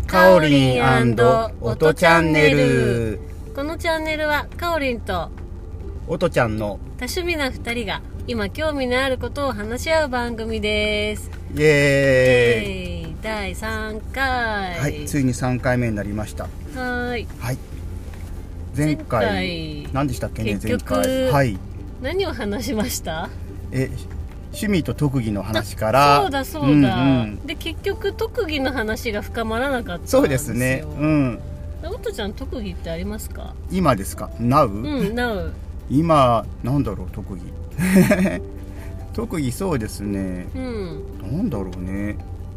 かおりん&おとチャンネル。 このチャンネルはかおりんとおとちゃんの多趣味な2人が今興味のあることを話し合う番組です。 イエーイ。 第3回。 はい、ついに3回目になりました。 はい。 前回何でしたっけね。 結局前回、はい、 何を話しました？ 趣味と特技の話から。 そうだ、で結局特技の話が深まらなかったんですよ。 そうですね。 おとちゃん特技ってありますか？ 今ですか？ Now？ Now。 今なんだろう、特技特技、そうですね、なんだろうね。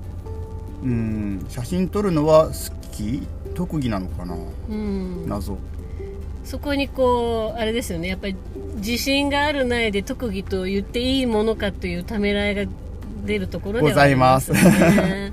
写真撮るのは好き、特技なのかな。謎。そこにこうあれですよね、やっぱり自信があるないで特技と言っていいものかというためらいが出るところではありますね。ございます。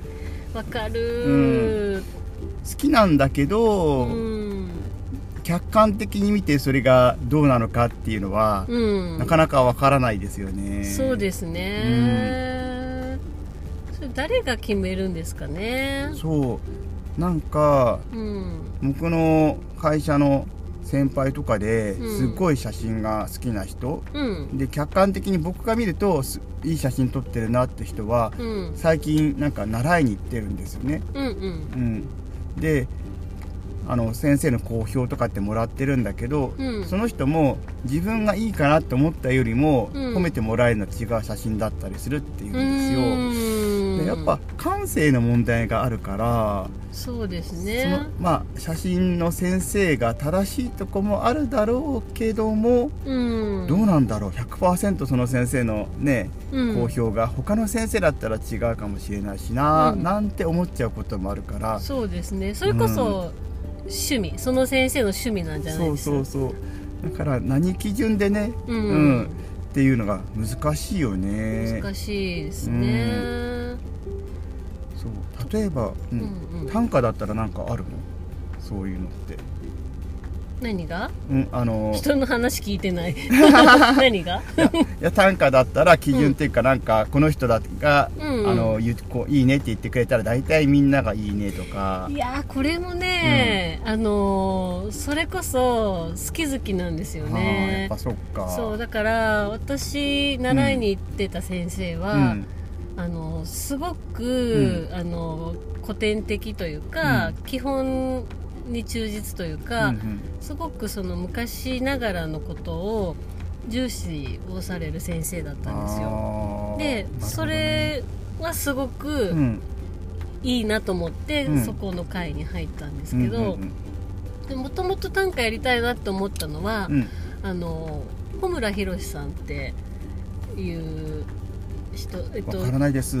わかる。 好きなんだけど、客観的に見てそれがどうなのかっていうのは、なかなかわからないですよね。そうですね。それ誰が決めるんですかね。 なんか、僕の会社の先輩とかですごい写真が好きな人、で客観的に僕が見るといい写真撮ってるなって人は、最近なんか習いに行ってるんですよね。で先生の好評とかってもらってるんだけど、その人も自分がいいかなって思ったよりも、褒めてもらえるのは違う写真だったりするっていうんですよ。でやっぱ感性の問題があるから、 そうですね。 写真の先生が正しいとこもあるだろうけども、どうなんだろう、 100% その先生のね、好評が他の先生だったら違うかもしれないしな、なんて思っちゃうこともあるから。そうですね。 それこそ、趣味、その先生の趣味なんじゃないですか。 そうだから何基準でね、っていうのが難しいよね。 難しいですね。 例えば、短歌だったら何かあるの？そういうのって。 何が？人の話聞いてない何が？ いや短歌だったら基準っていうか、なんかこの人だが、こういいねって言ってくれたら大体みんながいいねとか。いやこれもね、それこそ好き好きなんですよね。 やっぱそっか。 そうだから私習いに行ってた先生は、すごく、古典的というか、基本に忠実というか、すごくその昔ながらのことを重視をされる先生だったんですよ。で、それはすごくいいなと思って、そこの会に入ったんですけど、もともと短歌やりたいなと思ったのは、穂村弘さんっていう人、 わからないです。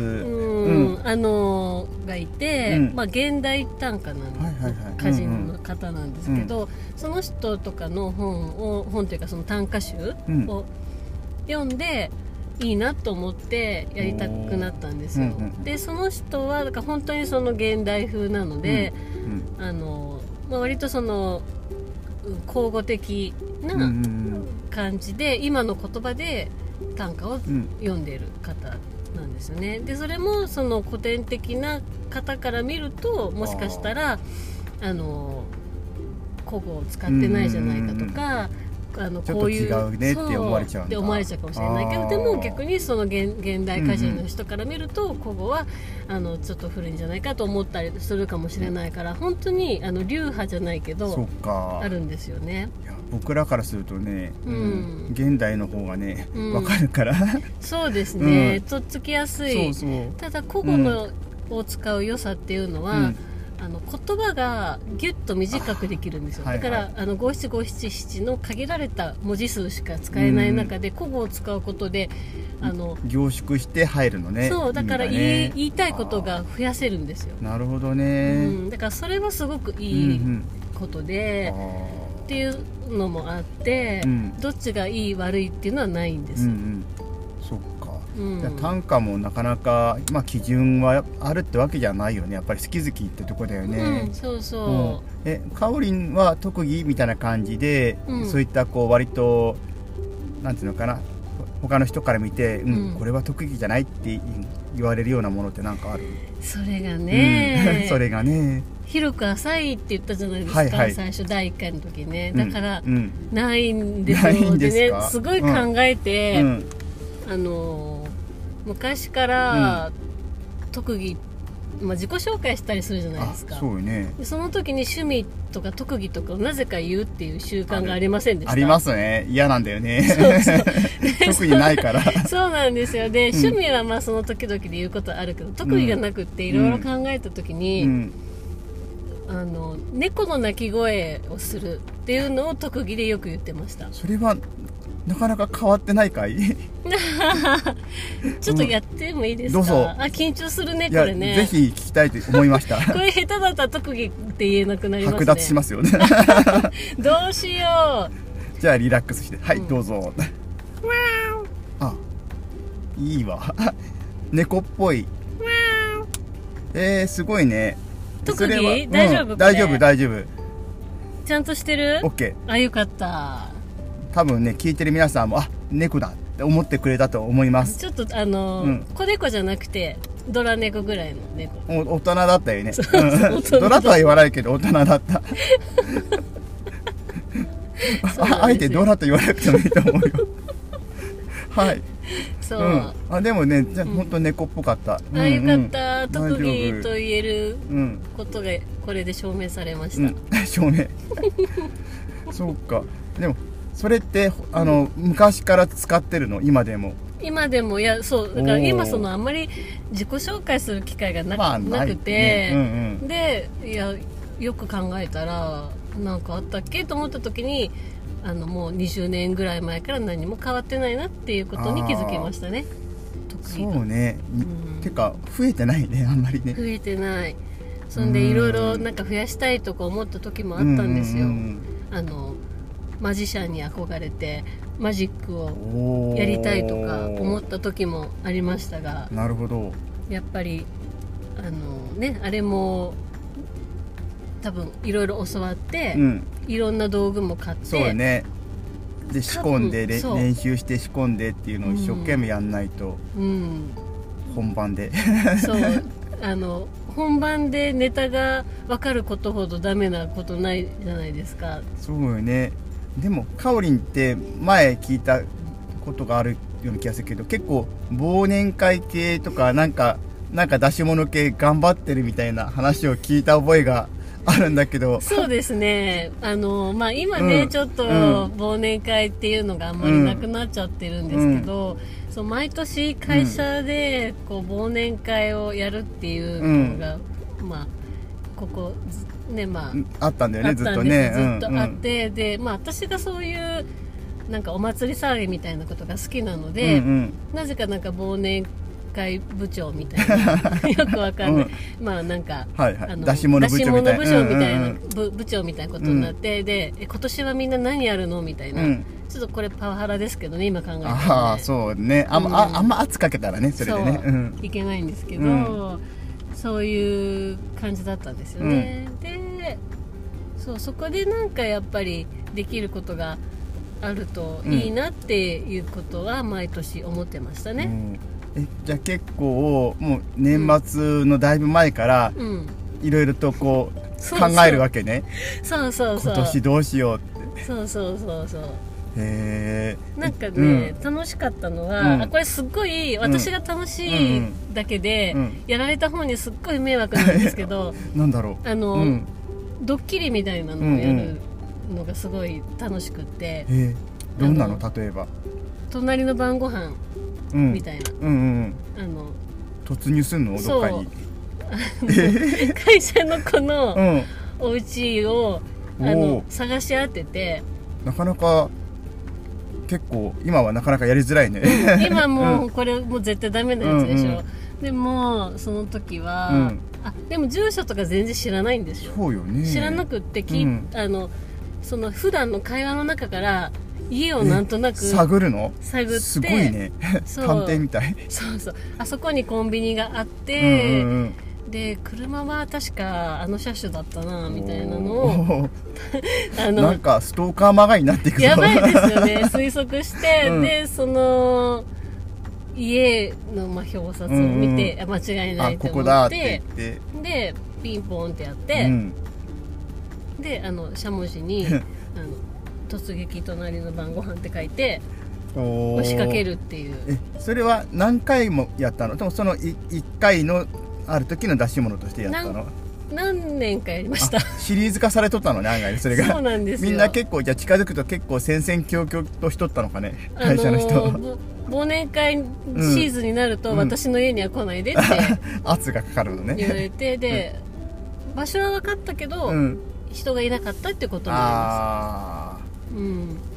がいて、現代短歌なん歌人の方なんですけど、その人とかの本というかその短歌集を読んでいいなと思ってやりたくなったんですよ。でその人はだから本当にその現代風なので、割とその口語的な感じで、今の言葉で短歌を読んでいる方なんですよね。でそれもその古典的な方から見ると、もしかしたら古語を使ってないじゃないかとか、こういうちょっと違うねって思われちゃうんだって思われちゃうかもしれないけど、でも逆にその現代歌人の人から見ると、古語はちょっと古いんじゃないかと思ったりするかもしれないから、本当に流派じゃないけどあるんですよね。 僕らからするとね、現代の方がね、分かるからそうですね、とっつきやすい。ただ古語を使う良さっていうのは、言葉がギュッと短くできるんですよ。だから五七五七七の限られた文字数しか使えない中で、古語を使うことで凝縮して入るのね。 そうだから言いたいことが増やせるんですよ。 なるほどね。 だからそれはすごくいいことで、っていうのもあって、どっちがいい悪いっていうのはないんです。 そっか。短歌もなかなか、基準はあるってわけじゃないよね。やっぱり好き好きってとこだよね。かおりんは特技みたいな感じで、そういったこう割となんていうのかな、 他の人から見て、これは特技じゃないって言われるようなものって何かある？ それがね、 それがね、 広く浅いって言ったじゃないですか、最初第1回の時ね。だから、ないんですよ。でね、すごい考えて、昔から特技、自己紹介したりするじゃないですか。 そうよね。 その時に趣味とか特技とかをなぜか言うっていう習慣がありませんでした？ ありますね。嫌なんだよね。特にないから。 そうなんですよ。で、趣味はその時々で言うことあるけど、特技がなくっていろいろ考えた時に、猫の鳴き声をするっていうのを特技でよく言ってました。 それはなかなか変わってないかい？ ちょっとやってもいいですか？ どうぞ。 緊張するね、これね。 ぜひ聞きたいと思いました。 これ下手だったら特技って言えなくなりますね。 剥奪しますよね。 どうしよう。じゃあリラックスして、はい、どうぞ。あ、いいわ。猫っぽい。すごいね。 特技大丈夫？ 大丈夫、大丈夫。 ちゃんとしてる？ OK。 よかった。 多分ね、聞いてる皆さんも猫だって思ってくれたと思います。 ちょっと子猫じゃなくてドラ猫ぐらいの猫。 大人だったよね。ドラとは言わないけど大人だった。あえてドラと言わなくてもいいと思うよ。はい。 そう。 でもね、本当猫っぽかった。 よかった。特技と言えることがこれで証明されました。 証明。そうか。でもそれって昔から使ってるの？今でも？ 今でも、そうだから今あんまり自己紹介する機会がなくて、でよく考えたらなんかあったっけと思った時にもう20年ぐらい前から何も変わってないなっていうことに気づきましたね。 そうね、てか増えてないね、あんまりね。 増えてない。そんでいろいろなんか増やしたいとか思った時もあったんですよ。マジシャンに憧れてマジックをやりたいとか思った時もありましたが、 なるほど。 やっぱりあれも多分いろいろ教わって、いろんな道具も買って、 そうね、で仕込んで練習して仕込んでっていうのを一生懸命やんないと、本番でそう本番でネタが分かることほどダメなことないじゃないですか。 そうよね。でもかおりんって前聞いたことがあるような気がするけど、結構忘年会系とかなんか出し物系頑張ってるみたいな話を聞いた覚えがあるんだけど。 そうですね。今ね、ちょっと忘年会っていうのがあんまりなくなっちゃってるんですけど、毎年会社で忘年会をやるっていうのが、ここね、 あったんだよね、ずっとね。 ずっとあって、で私がそういうなんかお祭り騒ぎみたいなことが好きなので、なぜか忘年会部長みたいなよくわかんない、なんか出し物部長みたいな部長みたいなことになって、で今年はみんな何やるのみたいな、ちょっとこれパワハラですけどね、今考えたらね。 そうね、あんま圧かけたらね、それでね、 いけないんですけど、そういう感じだったんですよね。でそこでなんかやっぱりできることがあるといいなっていうことは毎年思ってましたね。 じゃあ結構もう年末のだいぶ前からいろいろと考えるわけね。 そう今年どうしようって。 そうなんかね、楽しかったのは、これすっごい私が楽しいだけで、やられた方にすっごい迷惑なんですけどなんだろう、 ドッキリみたいなのをやるのがすごい楽しくって、 どんなの？例えば隣の晩ご飯みたいな、 突入するの？どっかに会社の子のお家を探し当てて、 なかなか結構今はなかなかやりづらいね。 今もうこれもう絶対ダメなやつでしょ。でもその時は、でも住所とか全然知らないんですよ。 そうよね。 知らなくってその普段の会話の中から家をなんとなく探るの？ 探って、 すごいね。探偵みたい。 そうあそこにコンビニがあって、 で車は確かあの車種だったなみたいなのをなんかストーカーまがいになっていくぞ。 やばいですよね。推測して、でその家の表札を見て、間違いないと思って、 ここだって言って、 でピンポンってやって、でしゃもじに突撃隣の晩ご飯って書いて押しかけるっていう。 それは何回もやったの？でもその1回のある時の出し物としてやったの？ 何年かやりました。 シリーズ化されとったのね、案外それが。 そうなんですよ。 みんな結構じゃあ近づくと結構戦々恐々としとったのかね、会社の人。 忘年会シーズンになると、私の家には来ないでって圧がかかるのね言われて、で、場所は分かったけど、人がいなかったってことになります。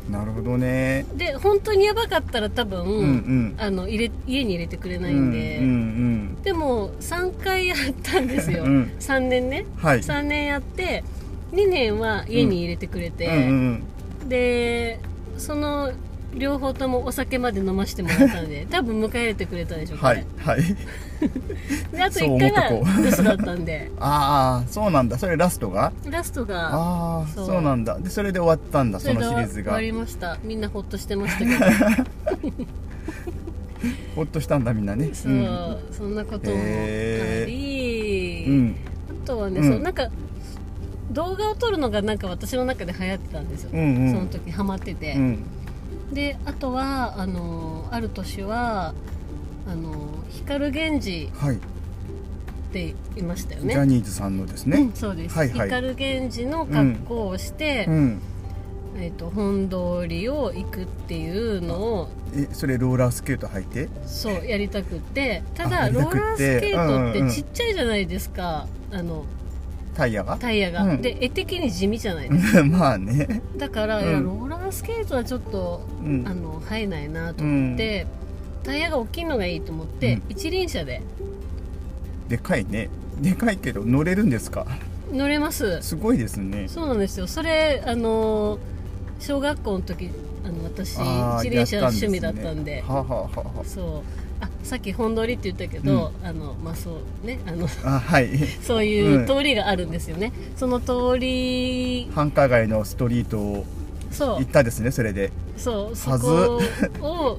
なるほどね。 で本当にやばかったら多分、家に入れてくれないんで、でも3回やったんですよ、3年ね、3年やって2年は家に入れてくれて、でその両方ともお酒まで飲ましてもらったんで多分迎え入れてくれたでしょ、これ。であと1回は留守だったんで。 ああ、そうなんだ。それラストがああ、そうなんだ。でそれで終わったんだ、そのシリーズが。 終わりました。みんなほっとしてましたけどほっとしたんだみんなね。 そう、そんなこともあり、あとはね、そうなんか動画を撮るのがなんか私の中で流行ってたんですよ、その時ハマってて、であとはある年は光源氏っていましたよね、 ジャニーズさんのですね、 そうです、光源氏の格好をして、本通りを行くっていうのを、 それローラースケート履いてそうやりたくって、ただローラースケートってちっちゃいじゃないですか、タイヤが、で絵的に地味じゃないですかまあね、 だから、いやローラースケートはちょっと、生えないなと思って、タイヤが大きいのがいいと思って、一輪車で。 でかいね。でかいけど乗れるんですか？ 乗れます。 すごいですね。 そうなんですよ。それ小学校の時私一輪車趣味だったんで、そうさっき本通りって言ったけど、そうね、そういう通りがあるんですよね。その通り繁華街のストリートを行ったですね。それでそこを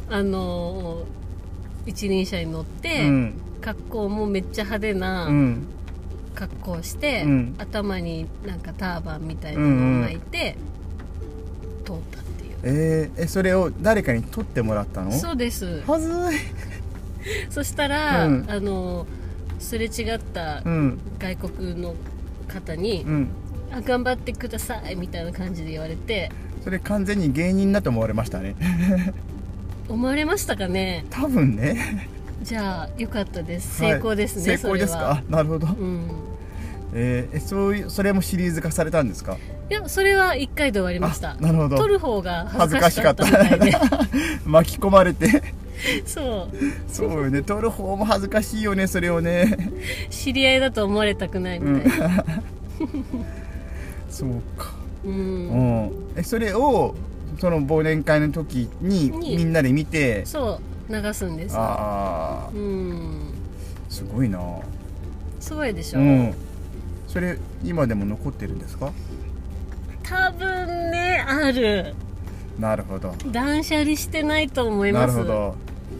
一輪車に乗って、格好もめっちゃ派手な格好をして、頭になんかターバンみたいなのを巻いて通ったっていう。 それを誰かに撮ってもらったの？ そうです。 はずい。 そしたら、すれ違った外国の方に、頑張ってくださいみたいな感じで言われて。 それ完全に芸人だと思われましたね。 思われましたかね。 多分ね。 じゃあよかったです。成功ですね。 成功ですか？なるほど。それもシリーズ化されたんですか？ いや、それは1回で終わりました。 なるほど。 撮る方が恥ずかしかったみたいで巻き込まれてそうよね。撮る方も恥ずかしいよね、それをね。 知り合いだと思われたくないみたいな、 そうか。それをその忘年会の時にみんなで見て、 そう流すんですよ。 すごいな。 すごいでしょ。 それ今でも残ってるんですか？ 多分ね、ある。 なるほど。 断捨離してないと思います。 なるほど。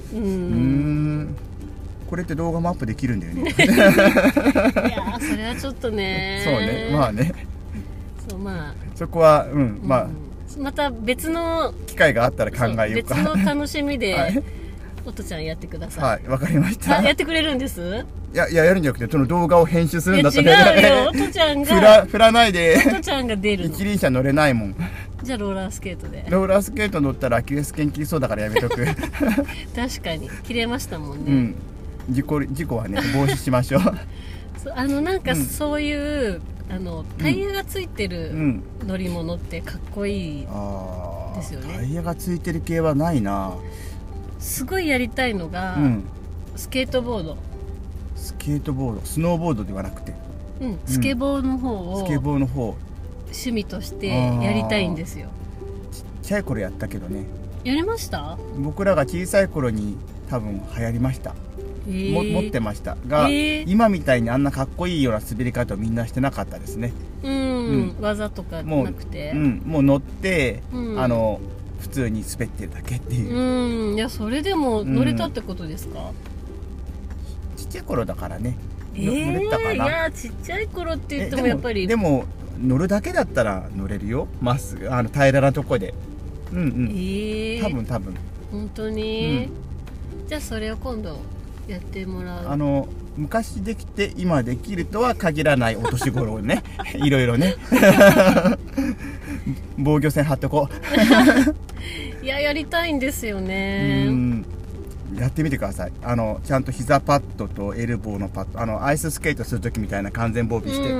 これって動画もアップできるんだよね。 いやそれはちょっとね。 そうね、まあね。 そうそこはまた別の機会があったら考えようか。 別の楽しみでおとちゃんやってください。 はい、わかりました。 やってくれるんです？ やるんじゃなくて、その動画を編集するんだったら。違うよ、おとちゃんが振らないで。 おとちゃんが出るの。 一輪車乗れないもん。 じゃあローラースケートで。 ローラースケート乗ったらアキレス腱切りそうだからやめとく。 確かに切れましたもんね。 事故はね、防止しましょう。 なんかそういうタイヤがついてる乗り物ってかっこいいですよね。 タイヤがついてる系はないな。 すごいやりたいのが、スケートボード。 スケートボード、スノーボードではなくて、 スケボーの方を趣味としてやりたいんですよ。 ちっちゃい頃やったけどね。 やりました？ 僕らが小さい頃に多分流行りました。 持ってましたが、今みたいにあんなかっこいいような滑り方をみんなしてなかったですね。 技とかなくて、 もう乗って、普通に滑ってるだけっていう。 いや、それでも乗れたってことですか？ ちっちゃい頃だからね、乗れたかな。 いや、ちっちゃい頃って言ってもやっぱりでも乗るだけだったら乗れるよ、まっすぐ平らなとこで。多分本当に、じゃあそれを今度やってもらう。 昔できて今できるとは限らないお年頃をねいろいろね防御線張っとこう。いや、やりたいんですよね。 やってみてください。ちゃんと膝パッドとエルボーのパッド、アイススケートする時みたいな完全防備して。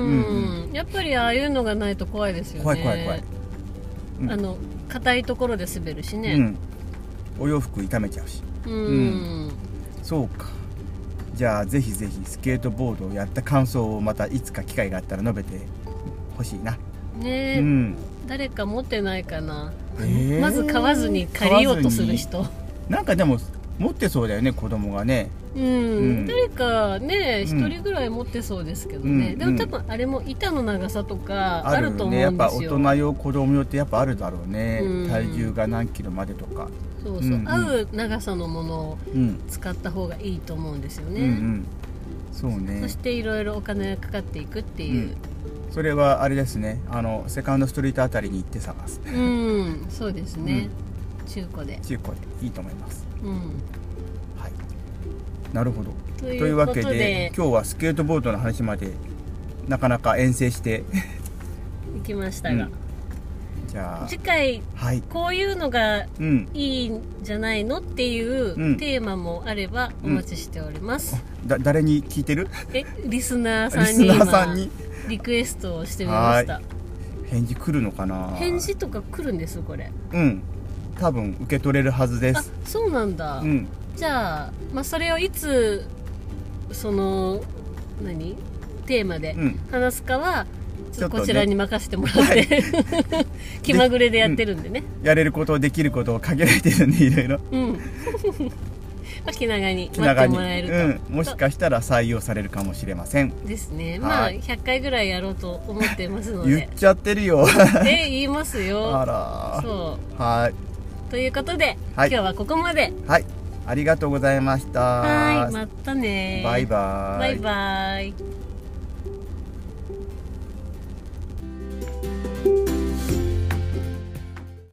やっぱりああいうのがないと怖いですよね。 怖い。 硬いところで滑るしね。 お洋服痛めちゃうし。そうか。じゃあぜひぜひスケートボードをやった感想をまたいつか機会があったら述べてほしいな。 ね、誰か持ってないかな。まず買わずに借りようとする人。 なんかでも持ってそうだよね、子供がね。 誰かね、一人ぐらい持ってそうですけどね。でも多分あれも板の長さとかあると思うんですよ。やっぱ大人用子供用ってやっぱあるだろうね。体重が何キロまでとか。 そうそう、合う長さのものを使った方がいいと思うんですよね。 そうね。 そしていろいろお金がかかっていくっていう。 それはあれですね、セカンドストリートあたりに行って探す。 そうですね。中古でいいと思います。はい。なるほど。 というわけで今日はスケートボードの話までなかなか遠征して行きましたが。 じゃあ次回、こういうのがいいんじゃないのっていうテーマもあればお待ちしております。 誰に聞いてる？ リスナーさんに今リクエストをしてみました。 返事来るのかな？ 返事とか来るんです、これ。 多分受け取れるはずです。 そうなんだ。じゃあ、それをいつそのテーマで話すかはちょっとこちらに任せてもらって気まぐれでやってるんでね。 やれることできることを限られてるんでいろいろ。 気長に待ってもらえると、 もしかしたら採用されるかもしれませんですね。100回ぐらいやろうと思ってますので。 言っちゃってるよ。 言いますよ。 あら。 そう。 はい。 ということで、今日はここまで。 はい。ありがとうございました。 またね。 バイバイ。 バイバイ。